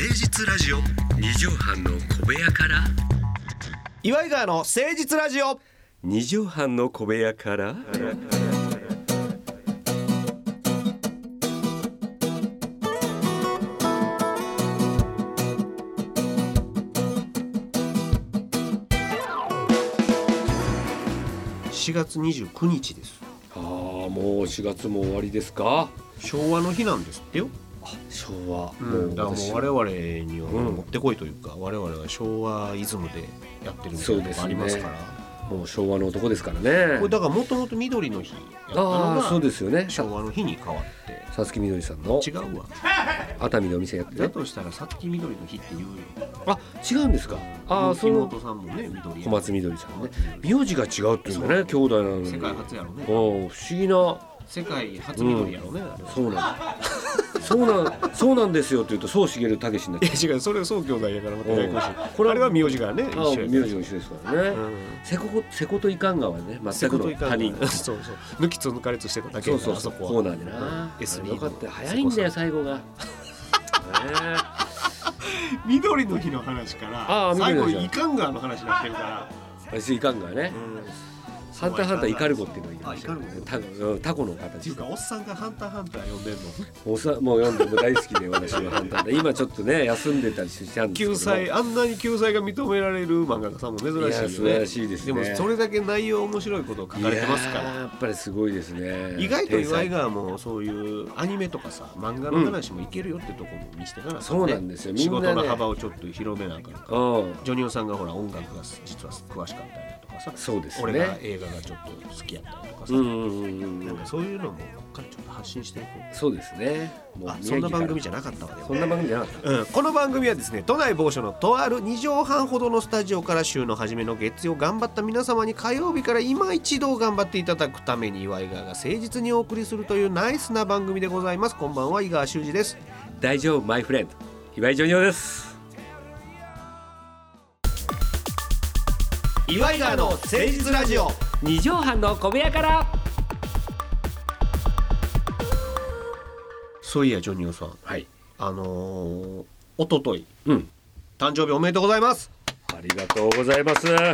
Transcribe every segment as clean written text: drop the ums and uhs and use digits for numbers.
実ラジオ。 二畳半の小部屋から岩井川の誠実ラジオ。 二畳半の小部屋から 4月29日です。 もう4月も終わりですか。 昭和の日なんですってよ。 昭和、 だからもう我々にはもってこいというか、我々は昭和イズムでやってるみたいなとこありますから、 もう昭和の男ですからね。 これだからもともと緑の日やったのがそうですよね。 昭和の日に変わって。 さつきみどりさんの違うわ。 熱海でお店やってだね。 としたらさつき緑の日って言うよ。 違うんですか。その妹さんもね緑や。 小松みどりさんね。名字が違うっていうんだね、兄弟なのに。 世界初やろね。 不思議な。 世界初緑やろね、あれは。 そうなんですよって言うと宗茂武史になっちゃう。 いや違う、それはそう兄弟やからまたややこしい。 これあれは名字がね一緒や名字も一緒ですからね。瀬古といかんがはね、全くの他人。 そう抜きつ抜かれつしてただけやから、あそこはそうなんだな。よかった、早いんだよ最後が。 緑の日の話から最後にイカンガーの話になってるから。 私イカンガーね。ハンターハンターイカルゴっていうのを言いましたね。タコの形。 っていうかおっさんがハンターハンター読んでんの。 もう読んでも大好きで、私はハンター。今ちょっとね休んでたりしちゃうんですけど。 救済、あんなに救済が認められる漫画家さんも珍しいよね。 素晴らしいですね。 でもそれだけ内容面白いことを書かれてますから。 やっぱりすごいですね。 意外と岩井川もそういうアニメとかさ、漫画の話もいけるよってとこも見せてから、 そうなんですよ。 仕事の幅をちょっと広めなあかんから。ジョニオさんがほら音楽が実は詳しかったりとかさ。 そうですね。 俺が映画がちょっと好きやったりとかさ。なんかそういうのもこっからちょっと発信していこう。 そうですね。 そんな番組じゃなかったわけ。 そんな番組じゃなかった。 この番組はですね、都内某所のとある2畳半ほどのスタジオから週の初めの月曜頑張った皆様に火曜日から今一度頑張っていただくために岩井川が誠実にお送りするというナイスな番組でございます。こんばんは、井川修司です。 大丈夫マイフレンド、岩井ジョニオです。 岩井川の誠実ラジオ。 二畳半の小部屋から。 そういやジョニオさん、 はい、 おととい、誕生日おめでとうございます。 ありがとうございます。はい、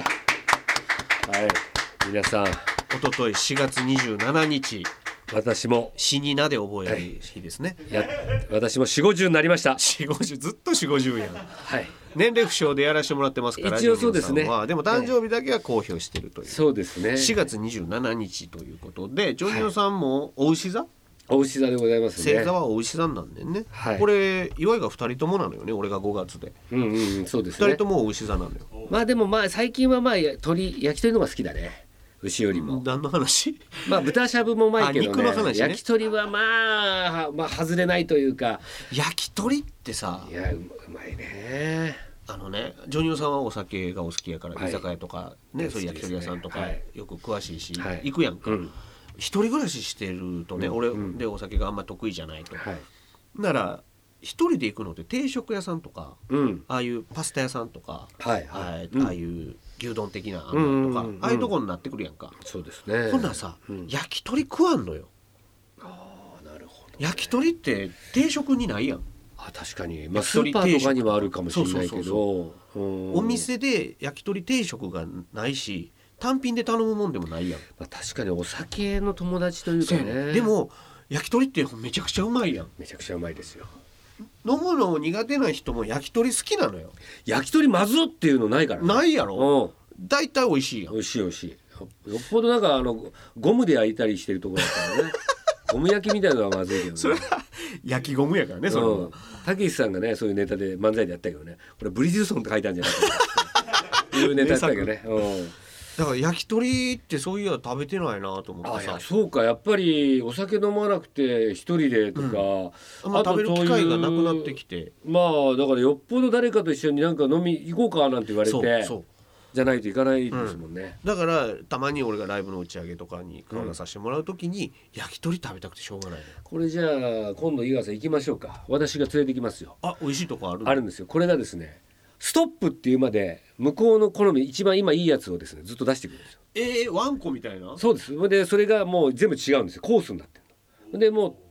皆さん、 おととい4月27日、 私も死になで覚える日ですね。 私も4、50になりました。 4、50、ずっと4、50やん。 はい。 年齢不詳でやらせてもらってますから。 一応そうですね。 でも誕生日だけは公表してるという。 そうですね。 4月27日ということで、ジョニオさんもお牛座？ お牛座でございますね。 星座はお牛座なんでね。これ岩井が2人ともなのよね。俺が5月で。 そうですね。 2人ともお牛座なのよ。 でも最近は焼き鳥の方が好きだね。牛よりも。 何の話？ 豚しゃぶもうまいけどね。 肉の話ね。 焼き鳥は外れないというか。 焼き鳥ってさ。 いやうまいね。 ジョニオさんはお酒がお好きやから、居酒屋とかね、そういう焼き鳥屋さんとかよく詳しいし、行くやんか。一人暮らししてるとね、俺でお酒があんま得意じゃないと。なら一人で行くのって定食屋さんとか、ああいうパスタ屋さんとか、ああいう牛丼的なとか、ああいうとこになってくるやんか。 そうですね。 ほんならさ、焼き鳥食わんのよ。 なるほど。 焼き鳥って定食にないやん。 確かに、スーパーとかにはあるかもしれないけど、 お店で焼き鳥定食がないし、単品で頼むもんでもないやん。 確かにお酒の友達というかね。 でも焼き鳥ってめちゃくちゃうまいやん。 めちゃくちゃうまいですよ。 飲むの苦手な人も焼き鳥好きなのよ。 焼き鳥まずっていうのないからね。 ないやろ。だいたい美味しいやん。 美味しい美味しい。よっぽどなんかゴムで焼いたりしてるところだからね。ゴム焼きみたいなのはまずいけどね。 それは焼きゴムやからね。それはたけしさんがね、そういうネタで漫才でやったけどね、これブリヂストンって書いてあるんじゃないかっていうネタやったけどね。 だから焼き鳥ってそういや食べてないなと思ってさ。 そうか、やっぱりお酒飲まなくて一人でとか、 食べる機会がなくなってきて、 だからよっぽど誰かと一緒になんか飲み行こうかなんて言われて、じゃないといかないですもんね。 だからたまに俺がライブの打ち上げとかに顔出させてもらうときに焼き鳥食べたくてしょうがない。 これじゃあ今度井川さん行きましょうか。私が連れてきますよ。 美味しいとこあるんですよ。これがですね、ストップっていうまで向こうの好み一番今いいやつをですねずっと出してくるんですよ。 ワンコみたいな。 そうです。でそれがもう全部違うんですよ。コースになってるので、もう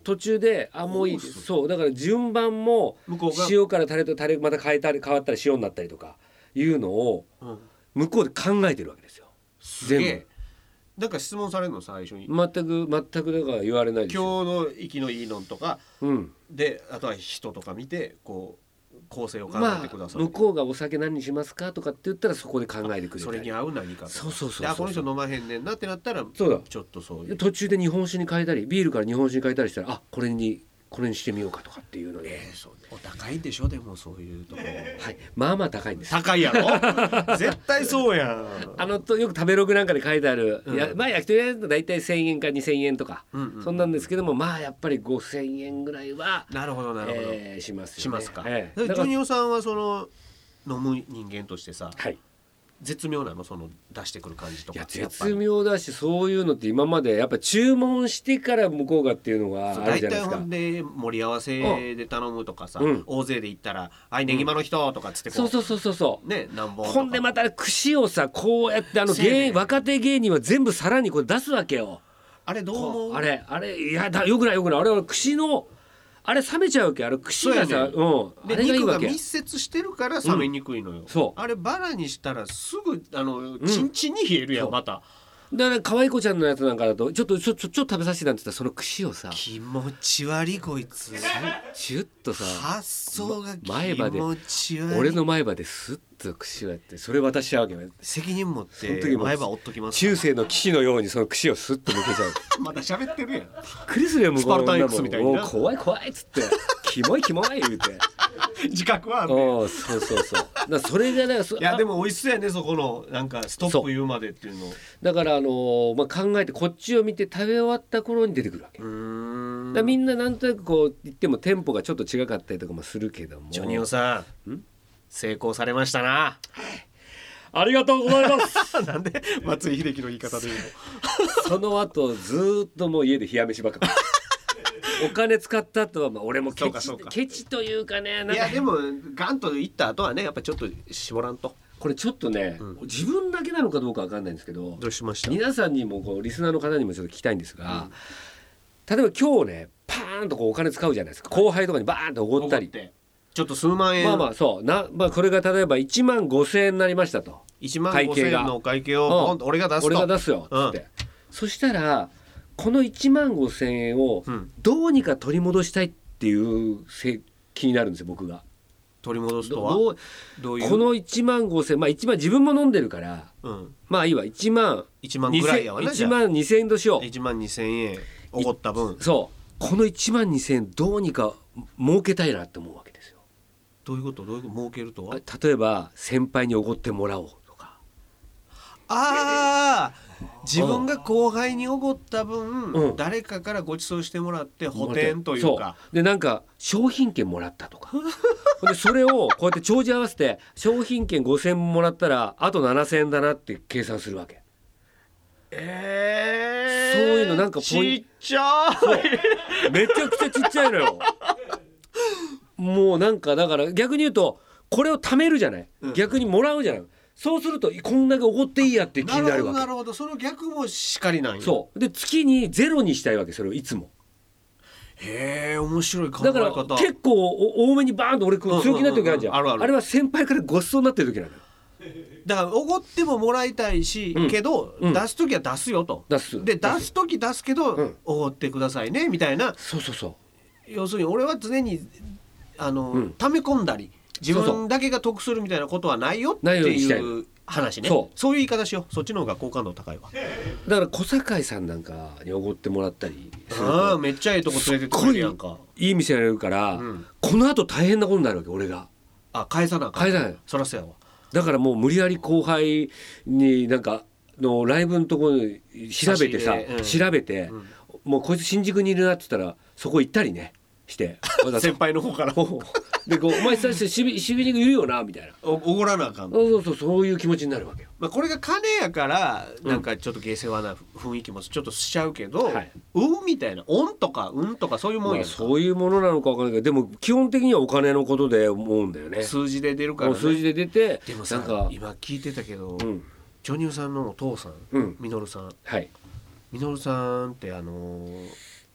途中でもういいそうだから順番も塩からタレとタレまた変わったり塩になったりとかいうのを向こうで考えてるわけですよ。 すげえ。なんか質問されるの最初に全くだから言われないですよ。 今日の息のいいのとか、であとは人とか見てこう構成を考えてください、 向こうがお酒何にしますかとかって言ったらそこで考えてくれたりそれに合う何かとかそうこの人飲まへんねんなってなったらそうだちょっとそういう途中で日本酒に変えたりビールから日本酒に変えたりしたらこれにしてみようかとかっていうので、 そうね、お高いんでしょでもそういうとこはいまあ高いんです。 高いやろ絶対そうやんよく食べログなんかで書いてある、焼き鳥屋だと大体1000円か2000円とか、そんなんですけどもやっぱり5000円ぐらいはなるほど、 しますよね。 しますか。ジだからョニオさんはその飲む人間としてさ、 はい絶妙なのその出してくる感じとか。 いや絶妙だしそういうのって今までやっぱ注文してから向こうがっていうのがあるじゃないですか。 大体ほんで盛り合わせで頼むとかさ、大勢で行ったら「はいネギマの人」とかっつってこうそうね何本とかほんでまた串をさこうやって若手芸人は全部皿にこれ出すわけよ。 あれどう思う？ あれいやよくないあれは串のあれ冷めちゃうわけ串がさ、 で肉が密接してるから冷めにくいのよ、 そうあれバラにしたらすぐチンチンに冷えるやん、まただから可愛い子ちゃんのやつなんかだとちょっと食べさせてなんて言ったらその串をさ気持ち悪いこいつシュッとさ発想が気持ち悪い俺の前歯でスッと串をやってそれ渡しちゃうわけよ。 責任持って前歯折っときます。 中世の騎士のようにその串をスッと抜けちゃうまだ喋ってるやん。 クリスレムスパルタン X みたいな怖いっつってキモい言うて自覚はあるね。 そうだそれがねいやでも美味しそうやねそこのなんかストップ言うまでっていうのだから考えてこっちを見て食べ終わった頃に出てくるわけ。だみんななんとなくこう言ってもテンポがちょっと違かったりとかもするけどもジョニオさん成功されましたな。 ありがとうございますなんで松井秀喜の言い方で言うのその後ずっともう家で冷や飯ばっかお金使った後は俺もケチというかねいやでもガンと言った後はねやっぱちょっと絞らんとこれちょっとね、自分だけなのかどうかわかんないんですけどどうしました？ 皆さんにもリスナーの方にもちょっと聞きたいんですが、例えば今日ねパーンとお金使うじゃないですか、後輩とかにバーンとおごったりちょっと数万円そうこれが例えば1万5,000円になりましたと 1万5,000円のお会計をポンと俺が出すよっつって、そしたらこの1万5,000円をどうにか取り戻したいっていう気になるんですよ僕が。 取り戻すとはどういうこの1万5,000円1万自分も飲んでるから、いいわ1万ぐらいやわな 1万2,000円としよう。 1万2,000円おごった分そうこの1万2,000円どうにか儲けたいなって思うわけですよ。 どういうこと儲けるとは例えば先輩におごってもらおうとか自分が後輩におごった分、誰かからご馳走してもらって補填というかでなんか商品券もらったとかでそれをこうやって帳尻合わせて商品券5,000円もらったらあと7,000円だなって計算するわけ。そういうのなんかちっちゃいめちゃくちゃちっちゃいのよもうなんかだから逆に言うとこれを貯めるじゃない、逆にもらうじゃない。そうするとこんだけおごっていいやって気になるわけ。 なるほどその逆もしかりなんや。 そうで月にゼロにしたいわけそれをいつも。 へえ面白い考え方。 だから結構多めにバーンと俺強気になってる時あるじゃん。あれは先輩からごちそうになってる時なのよ。 だからおごってももらいたいし、けど出す時は出すよと。出す時出すけど、おごってくださいねみたいな。 そう要するに俺は常に溜め込んだり自分だけが得するみたいなことはないよっていう話ね。そういう言い方しよう。そっちの方が好感度高いわ。 だから小堺さんなんかにおごってもらったりするとめっちゃいいとこ連れてってくれるやんか。 いい店やれるから、この後大変なことになるわけ俺が。 返さなあかん。 返さない。 そらそうやわ。 だからもう無理やり後輩になんかのライブのところに調べてさ、調べて、もうこいつ新宿にいるなって言ったらそこ行ったりねして先輩の方からでお前さ渋谷にいるよなみたいなおごらなあかん。 そういう気持ちになるわけよ。 これが金やからなんかちょっと下世話な雰囲気もちょっとしちゃうけど、運みたいな恩とか運とかそういうもんやんか。 そういうものなのか分からないけどでも基本的にはお金のことで思うんだよね。 数字で出るからね。 数字で出てでもさ今聞いてたけど、ジョニオさんのお父さん、ミノルさん、ミノルさんって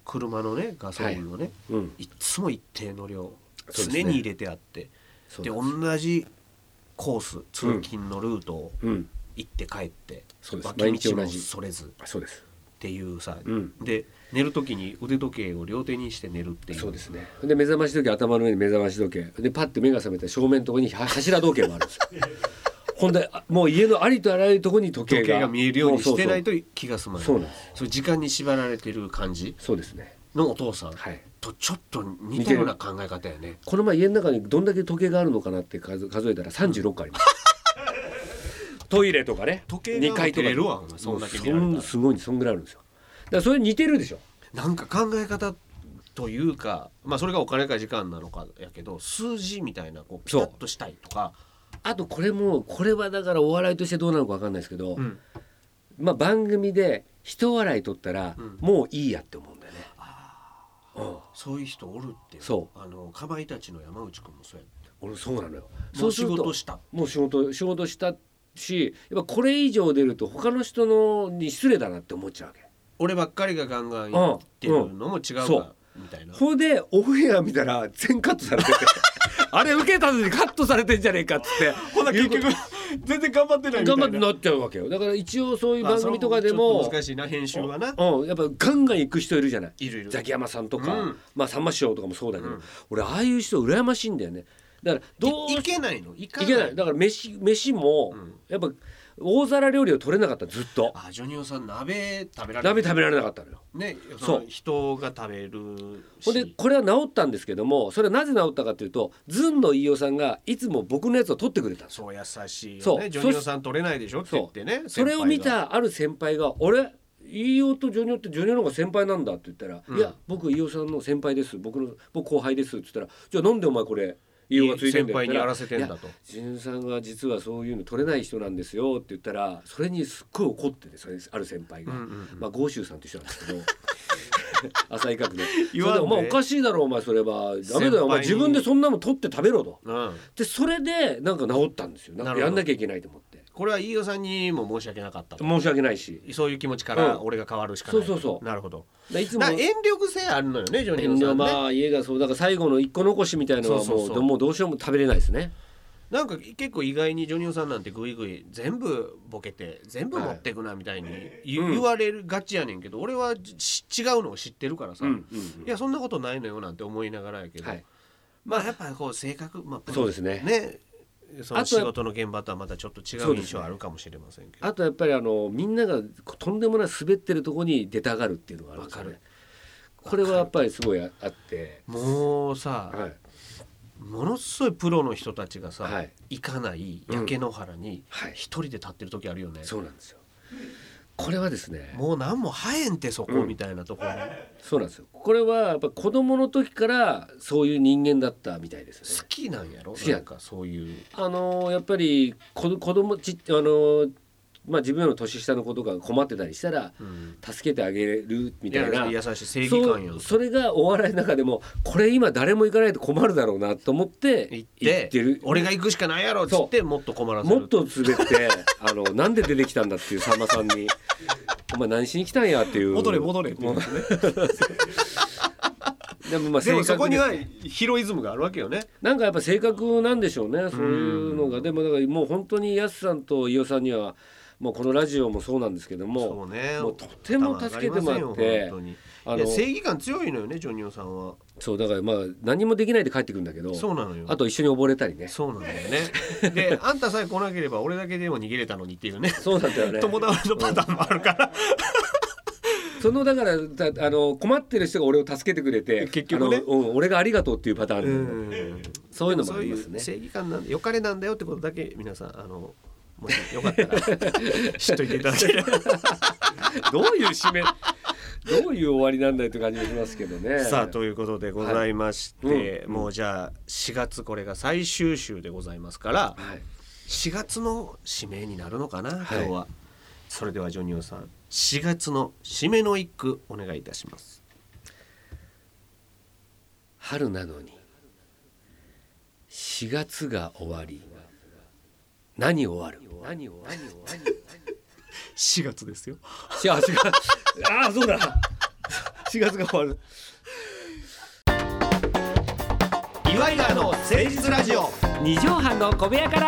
車のねガソリンをね、はい、いつも一定の量常に入れてあって、で同じコース通勤のルートを行って帰って、脇道もそれずっていうさ、で寝る時に腕時計を両手にして寝るっていう。 そうですね。で目覚まし時計、頭の上に目覚まし時計でパッて目が覚めて正面のところに柱時計もあるんですよほんでもう家のありとあらゆるところに時計が見えるようにしてないと気が済まない。 そうなんです。 そういう時間に縛られてる感じ。 そうですね。 のお父さん、はい、とちょっと似たような考え方やね。 この前家の中にどんだけ時計があるのかなって数えたら36個ありますトイレとかね、 時計が持てれるわ、そんだけ見られたらすごいそんぐらいあるんですよ。だからそれ似てるでしょ。 なんか考え方というか、まあそれがお金か時間なのかやけど、数字みたいなこうピタッとしたいとか。 あとこれはだからお笑いとしてどうなのか分かんないですけど、まあ番組で一笑い取ったらもういいやって思うんだよね。 そういう人おるっていう。 そう。 かまいたちの山内くんもそうやった。 俺そうなのよ。 そうすると仕事した。 もう仕事したし、やっぱこれ以上出ると他の人のに失礼だなって思っちゃうわけ。 俺ばっかりがガンガン言ってるのも違うかみたいな。 ほんでオフエア見たら全カットされててあれ受けたのにカットされてんじゃねえかっつってほな結局全然頑張ってないみたいな。 頑張ってなっちゃうわけよ。だから一応そういう番組とかでもちょっと難しいな、編集はな。 やっぱガンガン行く人いるじゃない。 いるザキヤマさんとか、まあさんま師匠とかもそうだけど、俺ああいう人羨ましいんだよね。だからいけないの？いけない。だから飯も、やっぱ大皿料理を取れなかった。ずっとジョニオさん鍋食べられなかったのよね。そう人が食べるし。 ほんでこれは治ったんですけども、それはなぜ治ったかというと、ずんの飯尾さんがいつも僕のやつを取ってくれたんですよ。 そう優しいよね。ジョニオさん取れないでしょって言ってね。 それを見たある先輩が、俺飯尾とジョニオってジョニオの方が先輩なんだって言ったら、いや僕飯尾さんの先輩です、僕後輩ですって言ったら、じゃあなんでお前これ飯尾がついてんだよって言ったら、先輩にやらせてんだと。ジュンさんが実はそういうの取れない人なんですよって言ったら、それにすっごい怒ってて、それある先輩が、まあ郷州さんと一緒なんですけど浅井角でそれでお前おかしいだろお前、それはダメだよお前、自分でそんなの取って食べろと、でそれでなんか治ったんですよ。なんかやんなきゃいけないと思って。 これは飯尾さんにも申し訳なかったと。 申し訳ないし、 そういう気持ちから俺が変わるしかない。 そうなるほど。 いつも遠慮癖あるのよね、ジョニオさんね。 まあ家がそうだから最後の一個残しみたいなのはもうどうしようも食べれないですね。 なんか結構意外にジョニオさんなんてグイグイ全部ボケて全部持ってくなみたいに言われるがちやねんけど、俺は違うのを知ってるからさ、いやそんなことないのよなんて思いながらやけど、まあやっぱりこう性格、 そうですね。 その仕事の現場とはまたちょっと違う印象あるかもしれませんけど、 あとやっぱりみんながとんでもない滑ってるところに出たがるっていうのがあるんですよね。これはやっぱりすごいあって、 もうさ、ものすごいプロの人たちがさ、行かない焼け野原に一人で立ってる時あるよね。 そうなんですよ。これはですね、 もう何も生えんってそこみたいなところ、 そうなんですよ。これはやっぱ子供の時からそういう人間だったみたいですね。 好きなんやろ。なんかそういうやっぱり子供まあ自分より年下の子とかが困ってたりしたら助けてあげるみたいな、 優しい正義感よ。 それがお笑いの中でも、これ今誰も行かないと困るだろうなと思って行ってる。 俺が行くしかないやろっつってもっと困らせる、 もっと滑ってなんで出てきたんだっていうさんまさんにお前何しに来たんやっていう、 戻れって言うんですねでもそこにはヒロイズムがあるわけよね。 なんかやっぱ性格なんでしょうね、そういうのが。でもだからもう本当にやすさんと飯尾さんにはもうこのラジオもそうなんですけども、もうとても助けてもらって、 正義感強いのよね、ジョニオさんは。 そうだからまあ何もできないで帰ってくるんだけど、 そうなのよ。 あと一緒に溺れたりね。 そうなんだよねであんたさえ来なければ俺だけでも逃げれたのにっていうね。 そうなんだよね。 友達のパターンもあるからだから困ってる人が俺を助けてくれて、結局ね、俺がありがとうっていうパターン、そういうのもありますね。 正義感なんでよかれなんだよってことだけ皆さんもしよかったら知っといていただければどういう締めどういう終わりなんだよって感じがしますけどね。 さあということでございまして、もうじゃあ4月これが最終週でございますから、4月の締めになるのかな、今日は。それではジョニオさん、4月の締めの一句お願いいたします。 春なのに4月が終わり、何終わる 4月ですよ。 4月そうだ 4月が終わる。岩井川の誠実ラジオ、 2畳半の小部屋から。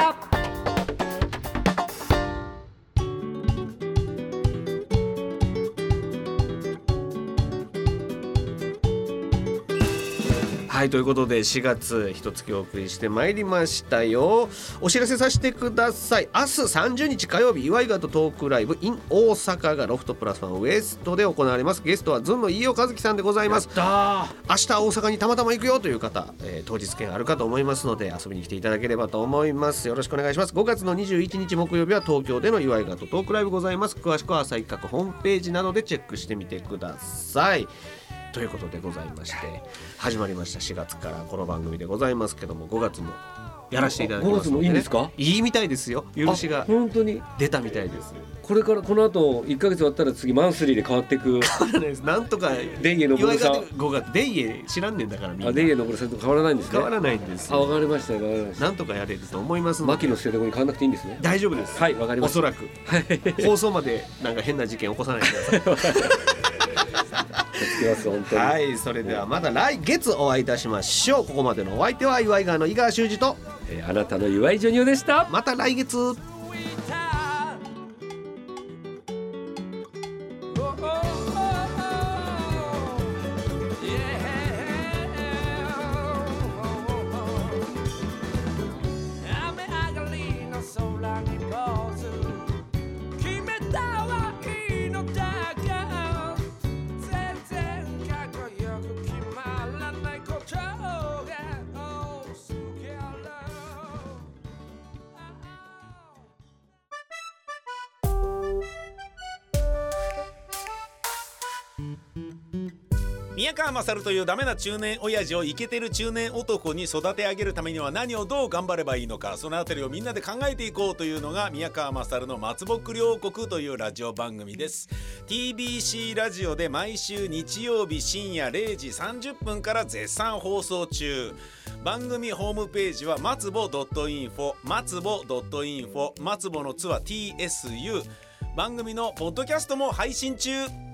はい、ということで4月一月お送りしてまいりましたよ。お知らせさせてください。明日30日火曜日、岩井川とトークライブ in 大阪がロフトプラスワンウエストで行われます。ゲストはずんの飯尾和樹さんでございます。明日大阪にたまたま行くよという方、当日券あるかと思いますので遊びに来ていただければと思います。よろしくお願いします。5月の21日木曜日は東京での岩井川とトークライブございます。詳しくは朝一角ホームページなどでチェックしてみてください。ということでございまして、始まりました4月からこの番組でございますけども、5月もやらせていただきますので、ね、 5月もいいんですか？ いいみたいですよ。許しが本当に出たみたいです。 これからこの後1ヶ月終わったら次マンスリーで変わっていく。 変わらないです。なんとかデイエのぼるさん、 5月デイエ知らんねんだからみんな。 デイエのぼるさんと変わらないんですね。 変わらないんです。 わかりました。 なんとかやれると思いますので。 牧野捨ててこに変わらなくていいんですね。 大丈夫です。 はい、わかりました。 おそらく放送までなんか変な事件起こさないでください。 本当に。 はい、それではまた来月お会いいたしましょう。ここまでのお相手は岩井川の井川修司と、 あなたの岩井ジョニオでした。 また来月。 宮川勝というダメな中年親父をイケてる中年男に育て上げるためには何をどう頑張ればいいのか、そのあたりをみんなで考えていこうというのが宮川勝の松ぼっくり王国というラジオ番組です。 TBC ラジオで毎週日曜日深夜0時30分から絶賛放送中。番組ホームページは松ぼ.info、松ぼ.info、松ぼのつは TSU。番組のポッドキャストも配信中。